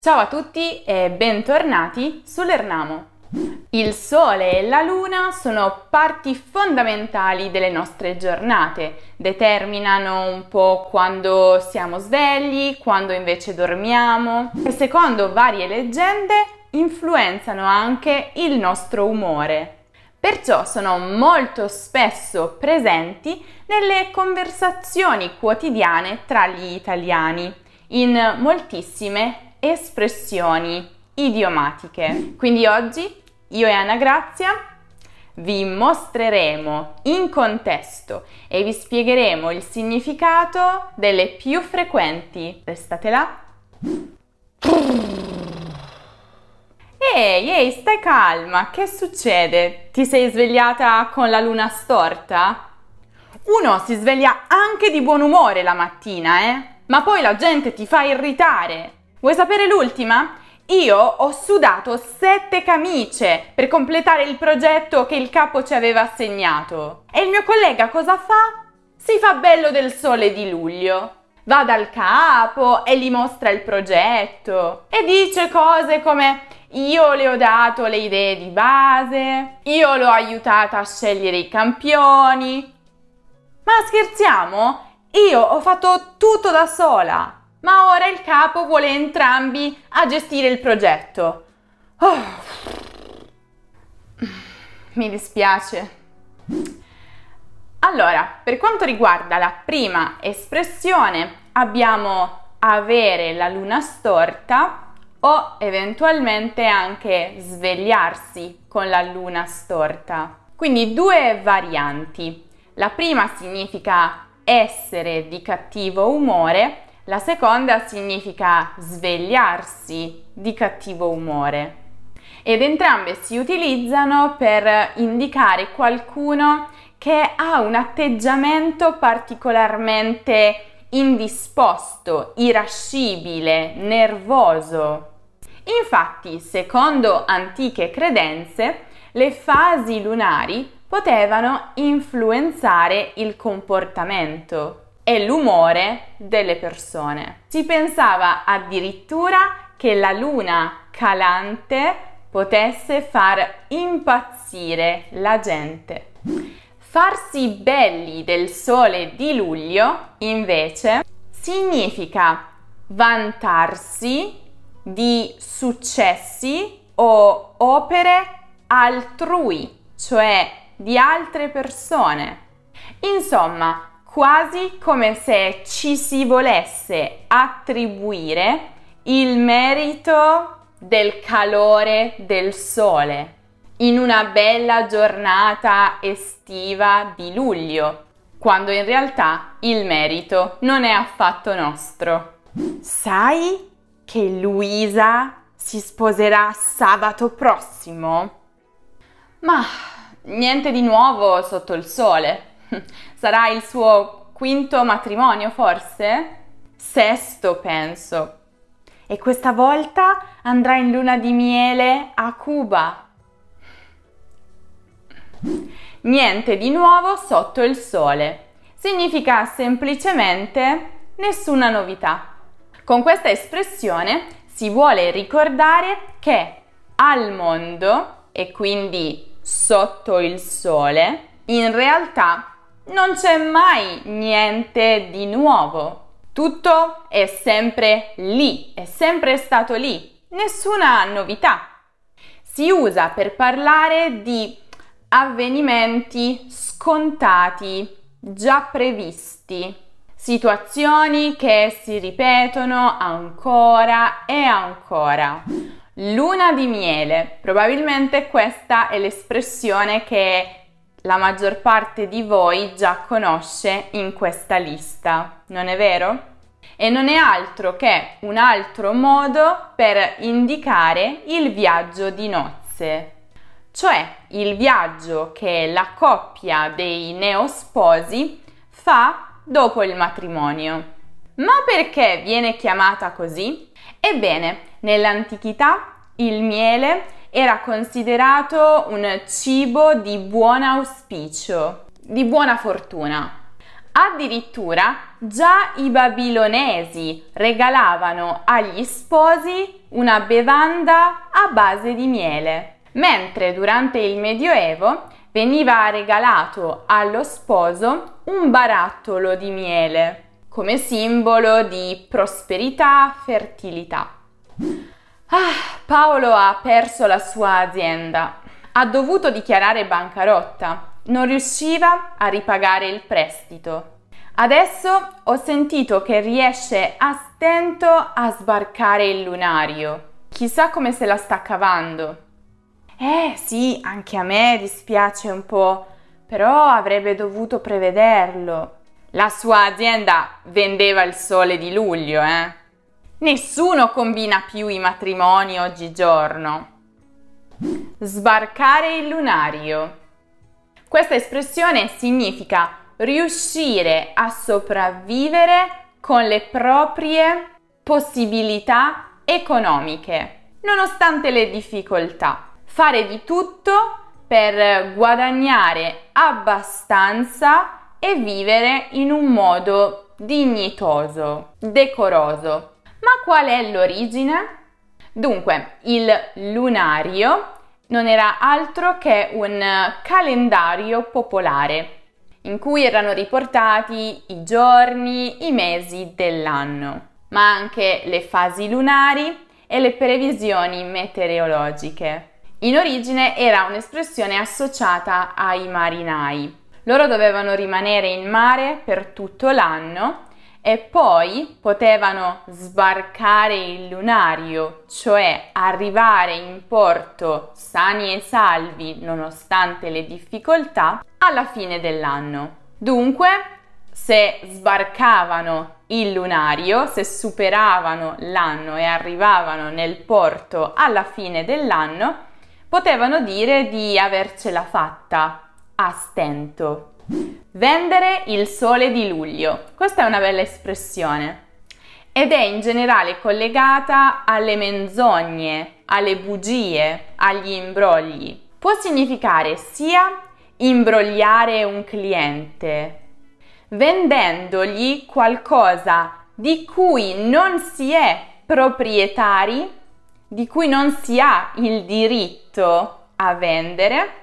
Ciao a tutti e bentornati sull'Ernamo. Il Sole e la Luna sono parti fondamentali delle nostre giornate, determinano un po' quando siamo svegli, quando invece dormiamo e secondo varie leggende influenzano anche il nostro umore. Perciò sono molto spesso presenti nelle conversazioni quotidiane tra gli italiani, in moltissime espressioni idiomatiche. Quindi oggi io e Anna Grazia vi mostreremo in contesto e vi spiegheremo il significato delle più frequenti. Restate là. Ehi, stai calma, che succede? Ti sei svegliata con la luna storta? Uno si sveglia anche di buon umore la mattina, ma poi la gente ti fa irritare. Vuoi sapere l'ultima? Io ho sudato 7 camicie per completare il progetto che il capo ci aveva assegnato. E il mio collega cosa fa? Si fa bello del sole di luglio. Va dal capo e gli mostra il progetto e dice cose come: io le ho dato le idee di base, io l'ho aiutata a scegliere i campioni. Ma scherziamo? Io ho fatto tutto da sola. Ma ora il capo vuole entrambi a gestire il progetto. Mi dispiace. Allora, per quanto riguarda la prima espressione, abbiamo avere la luna storta o eventualmente anche svegliarsi con la luna storta. Quindi due varianti. La prima significa essere di cattivo umore. La seconda significa svegliarsi di cattivo umore ed entrambe si utilizzano per indicare qualcuno che ha un atteggiamento particolarmente indisposto, irascibile, nervoso. Infatti, secondo antiche credenze, le fasi lunari potevano influenzare il comportamento e l'umore delle persone. Si pensava addirittura che la luna calante potesse far impazzire la gente. Farsi belli del sole di luglio, invece, significa vantarsi di successi o opere altrui, cioè di altre persone. Insomma, quasi come se ci si volesse attribuire il merito del calore del sole in una bella giornata estiva di luglio, quando in realtà il merito non è affatto nostro. Sai che Luisa si sposerà sabato prossimo? Ma niente di nuovo sotto il sole. Sarà il suo quinto matrimonio, forse? Sesto, penso. E questa volta andrà in luna di miele a Cuba. Niente di nuovo sotto il sole. Significa semplicemente nessuna novità. Con questa espressione si vuole ricordare che al mondo, e quindi sotto il sole, in realtà non c'è mai niente di nuovo. Tutto è sempre lì, è sempre stato lì, nessuna novità. Si usa per parlare di avvenimenti scontati, già previsti, situazioni che si ripetono ancora e ancora. Luna di miele, probabilmente questa è l'espressione che la maggior parte di voi già conosce in questa lista, non è vero? E non è altro che un altro modo per indicare il viaggio di nozze, cioè il viaggio che la coppia dei neosposi fa dopo il matrimonio. Ma perché viene chiamata così? Ebbene, nell'antichità il miele era considerato un cibo di buon auspicio, di buona fortuna. Addirittura già i babilonesi regalavano agli sposi una bevanda a base di miele, mentre durante il Medioevo veniva regalato allo sposo un barattolo di miele come simbolo di prosperità, fertilità. Paolo ha perso la sua azienda, ha dovuto dichiarare bancarotta. Non riusciva a ripagare il prestito. Adesso ho sentito che riesce a stento a sbarcare il lunario. Chissà come se la sta cavando. Sì, anche a me dispiace un po', però avrebbe dovuto prevederlo. La sua azienda vendeva il Sole di Luglio, Nessuno combina più i matrimoni oggigiorno. Sbarcare il lunario. Questa espressione significa riuscire a sopravvivere con le proprie possibilità economiche, nonostante le difficoltà. Fare di tutto per guadagnare abbastanza e vivere in un modo dignitoso, decoroso. Ma qual è l'origine? Dunque, il lunario non era altro che un calendario popolare in cui erano riportati i giorni, i mesi dell'anno, ma anche le fasi lunari e le previsioni meteorologiche. In origine era un'espressione associata ai marinai. Loro dovevano rimanere in mare per tutto l'anno e poi potevano sbarcare il lunario, cioè arrivare in porto sani e salvi nonostante le difficoltà alla fine dell'anno. Dunque, se sbarcavano il lunario, se superavano l'anno e arrivavano nel porto alla fine dell'anno, potevano dire di avercela fatta a stento. Vendere il Sole di Luglio. Questa è una bella espressione ed è in generale collegata alle menzogne, alle bugie, agli imbrogli. Può significare sia imbrogliare un cliente, vendendogli qualcosa di cui non si è proprietari, di cui non si ha il diritto a vendere,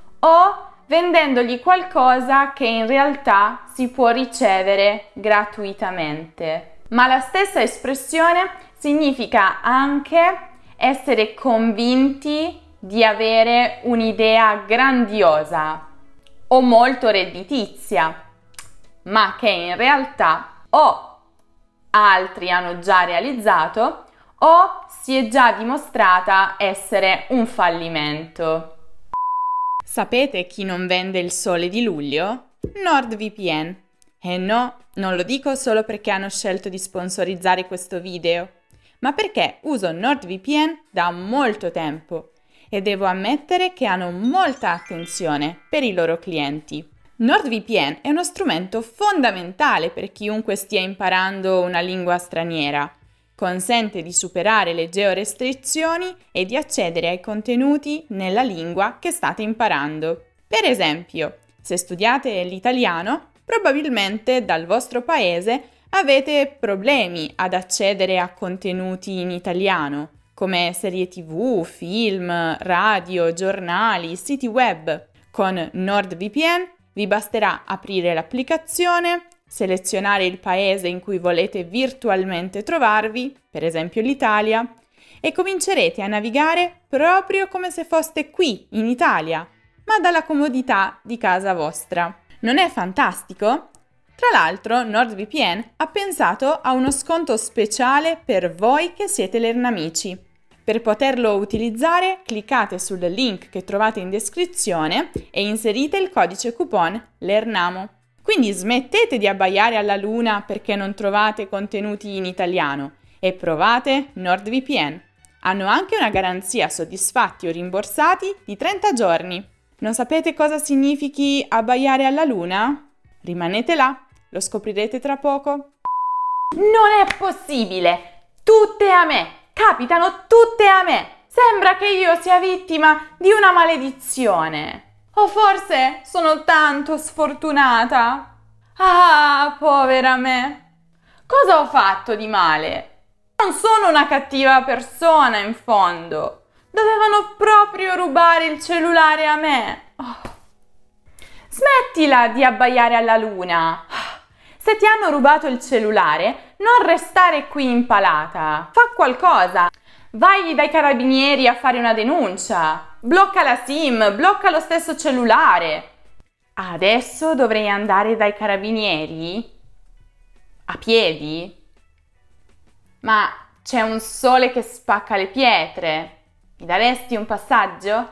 o vendendogli qualcosa che in realtà si può ricevere gratuitamente. Ma la stessa espressione significa anche essere convinti di avere un'idea grandiosa o molto redditizia, ma che in realtà o altri hanno già realizzato o si è già dimostrata essere un fallimento. Sapete chi non vende il Sole di Luglio? NordVPN. E no, non lo dico solo perché hanno scelto di sponsorizzare questo video, ma perché uso NordVPN da molto tempo e devo ammettere che hanno molta attenzione per i loro clienti. NordVPN è uno strumento fondamentale per chiunque stia imparando una lingua straniera. Consente di superare le georestrizioni e di accedere ai contenuti nella lingua che state imparando. Per esempio, se studiate l'italiano, probabilmente dal vostro paese avete problemi ad accedere a contenuti in italiano, come serie TV, film, radio, giornali, siti web. Con NordVPN vi basterà aprire l'applicazione, selezionare il paese in cui volete virtualmente trovarvi, per esempio l'Italia, e comincerete a navigare proprio come se foste qui, in Italia, ma dalla comodità di casa vostra. Non è fantastico? Tra l'altro, NordVPN ha pensato a uno sconto speciale per voi che siete lernamici. Per poterlo utilizzare, cliccate sul link che trovate in descrizione e inserite il codice coupon LERNAMO. Quindi smettete di abbaiare alla luna perché non trovate contenuti in italiano e provate NordVPN. Hanno anche una garanzia soddisfatti o rimborsati di 30 giorni. Non sapete cosa significhi abbaiare alla luna? Rimanete là, lo scoprirete tra poco. Non è possibile! Tutte a me! Capitano tutte a me! Sembra che io sia vittima di una maledizione. O forse sono tanto sfortunata? Ah, povera me! Cosa ho fatto di male? Non sono una cattiva persona, in fondo. Dovevano proprio rubare il cellulare a me. Oh. Smettila di abbaiare alla luna. Se ti hanno rubato il cellulare, non restare qui impalata. Fa qualcosa. Vai dai carabinieri a fare una denuncia. Blocca la SIM, blocca lo stesso cellulare. Adesso dovrei andare dai carabinieri? A piedi? Ma c'è un sole che spacca le pietre. Mi daresti un passaggio?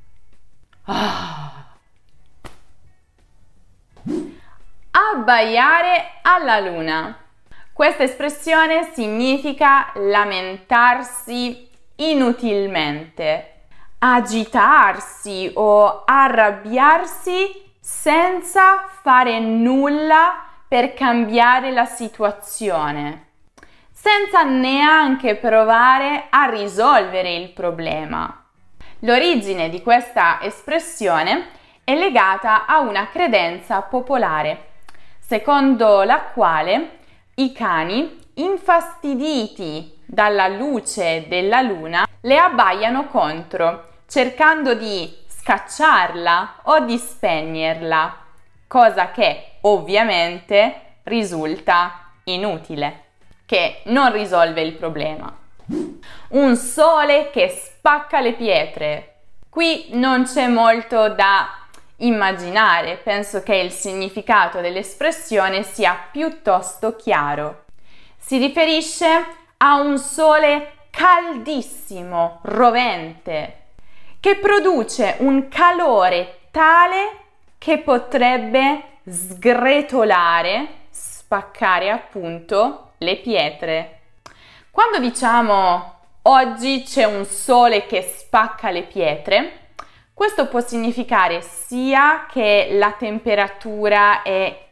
Abbaiare alla luna. Questa espressione significa lamentarsi inutilmente, agitarsi o arrabbiarsi senza fare nulla per cambiare la situazione, senza neanche provare a risolvere il problema. L'origine di questa espressione è legata a una credenza popolare, secondo la quale i cani, infastiditi dalla luce della luna, le abbaiano contro, cercando di scacciarla o di spegnerla, cosa che ovviamente risulta inutile, che non risolve il problema. Un sole che spacca le pietre. Qui non c'è molto da immaginare, penso che il significato dell'espressione sia piuttosto chiaro. Si riferisce a un sole caldissimo, rovente, che produce un calore tale che potrebbe sgretolare, spaccare appunto le pietre. Quando diciamo oggi c'è un sole che spacca le pietre, questo può significare sia che la temperatura è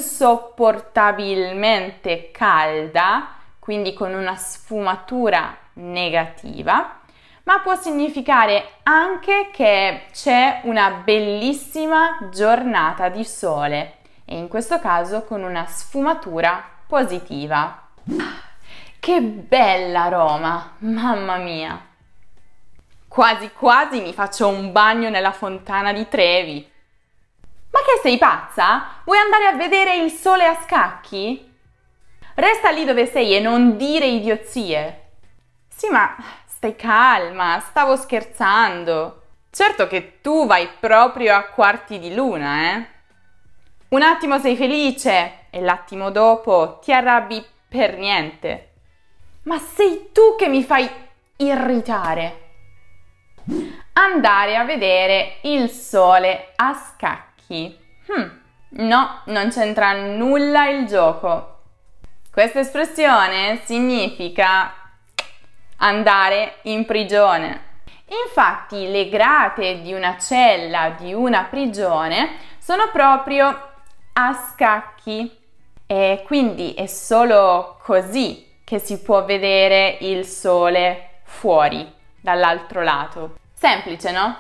insopportabilmente calda, quindi con una sfumatura negativa, ma può significare anche che c'è una bellissima giornata di sole e in questo caso con una sfumatura positiva. Che bella Roma, mamma mia! Quasi quasi mi faccio un bagno nella fontana di Trevi. Ma che sei pazza? Vuoi andare a vedere il sole a scacchi? Resta lì dove sei e non dire idiozie. Sì, ma stai calma, stavo scherzando. Certo che tu vai proprio a quarti di luna, eh? Un attimo sei felice e l'attimo dopo ti arrabbi per niente. Ma sei tu che mi fai irritare. Andare a vedere il sole a scacchi. No, non c'entra nulla il gioco. Questa espressione significa andare in prigione. Infatti, le grate di una cella di una prigione sono proprio a scacchi e quindi è solo così che si può vedere il sole fuori, dall'altro lato. Semplice, no?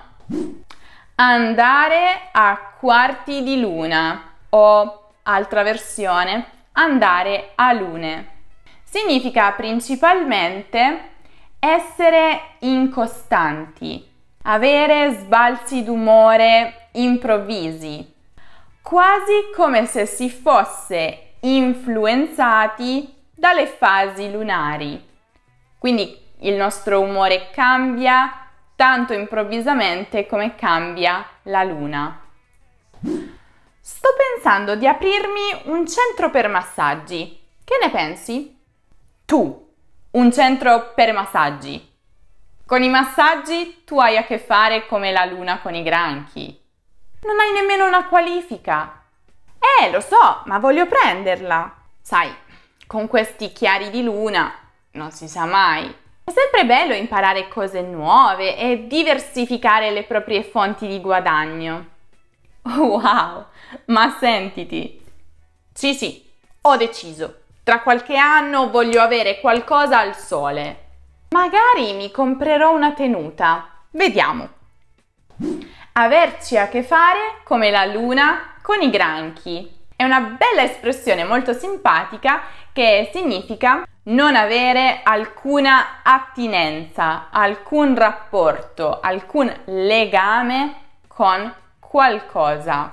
Andare a quarti di luna o, altra versione, andare a lune. Significa principalmente essere incostanti, avere sbalzi d'umore improvvisi, quasi come se si fosse influenzati dalle fasi lunari. Quindi il nostro umore cambia tanto improvvisamente come cambia la luna. Sto pensando di aprirmi un centro per massaggi. Che ne pensi? Tu, un centro per massaggi. Con i massaggi tu hai a che fare come la luna con i granchi. Non hai nemmeno una qualifica. Lo so, ma voglio prenderla. Sai, con questi chiari di luna non si sa mai. È sempre bello imparare cose nuove e diversificare le proprie fonti di guadagno. Wow, ma sentiti. Sì, ho deciso. Tra qualche anno voglio avere qualcosa al sole. Magari mi comprerò una tenuta. Vediamo. Averci a che fare come la luna con i granchi È una bella espressione molto simpatica che significa non avere alcuna attinenza, alcun rapporto, alcun legame con qualcosa.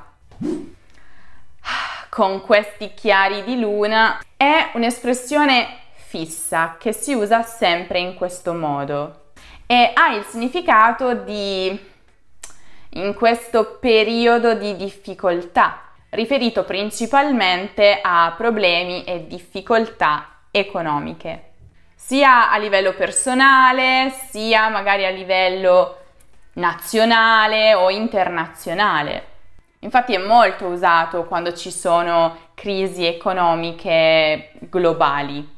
Con questi chiari di luna è un'espressione fissa che si usa sempre in questo modo e ha il significato di in questo periodo di difficoltà, riferito principalmente a problemi e difficoltà economiche, sia a livello personale, sia magari a livello nazionale o internazionale. Infatti è molto usato quando ci sono crisi economiche globali.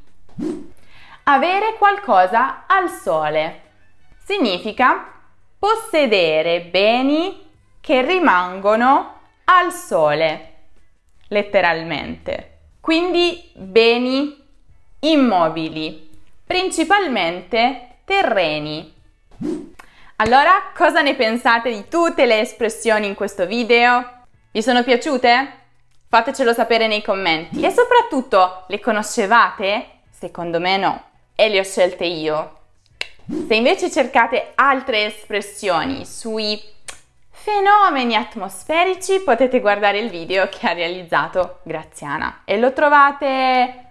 Avere qualcosa al sole significa possedere beni che rimangono al sole, letteralmente. Quindi beni immobili, principalmente terreni. Allora, cosa ne pensate di tutte le espressioni in questo video? Vi sono piaciute? Fatecelo sapere nei commenti. E soprattutto, le conoscevate? Secondo me no, e le ho scelte io. Se invece cercate altre espressioni sui fenomeni atmosferici, potete guardare il video che ha realizzato Graziana. E lo trovate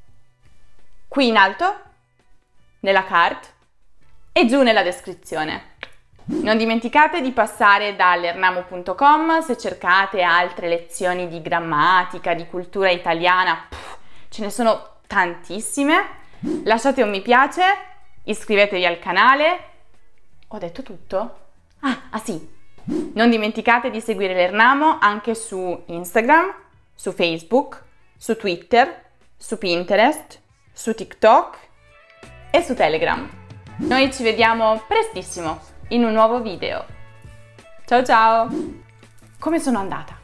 qui in alto, nella card, e giù nella descrizione. Non dimenticate di passare da lernamo.com se cercate altre lezioni di grammatica, di cultura italiana, ce ne sono tantissime. Lasciate un mi piace, iscrivetevi al canale. Ho detto tutto? Ah sì! Non dimenticate di seguire l'Ernamo anche su Instagram, su Facebook, su Twitter, su Pinterest, su TikTok e su Telegram. Noi ci vediamo prestissimo in un nuovo video. Ciao ciao! Come sono andata?